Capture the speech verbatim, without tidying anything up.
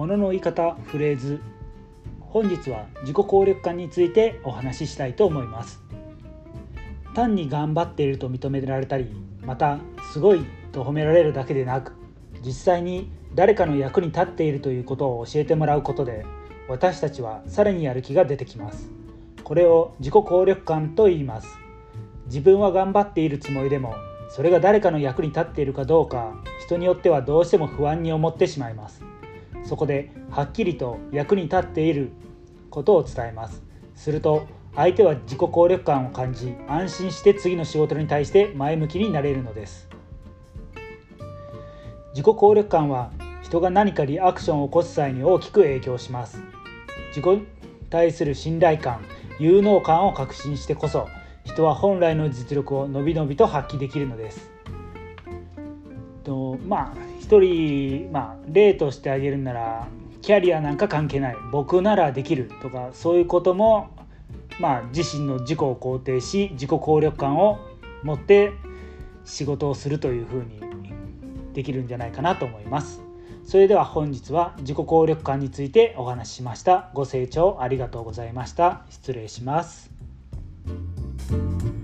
物の言い方、フレーズ。本日は自己効力感についてお話ししたいと思います。単に頑張っていると認められたり、またすごいと褒められるだけでなく、実際に誰かの役に立っているということを教えてもらうことで、私たちはさらにやる気が出てきます。これを自己効力感と言います。自分は頑張っているつもりでも、それが誰かの役に立っているかどうか、人によってはどうしても不安に思ってしまいます。そこではっきりと役に立っていることを伝えます。すると相手は自己効力感を感じ、安心して次の仕事に対して前向きになれるのです。自己効力感は人が何かリアクションを起こす際に大きく影響します。自己に対する信頼感、有能感を確信してこそ、人は本来の実力をのびのびと発揮できるのです。とまあ一人、まあ、例として挙げるなら、キャリアなんか関係ない、僕ならできるとか、そういうことも、まあ、自身の自己を肯定し、自己効力感を持って仕事をするというふうにできるんじゃないかなと思います。それでは本日は自己効力感についてお話ししました。ご清聴ありがとうございました。失礼します。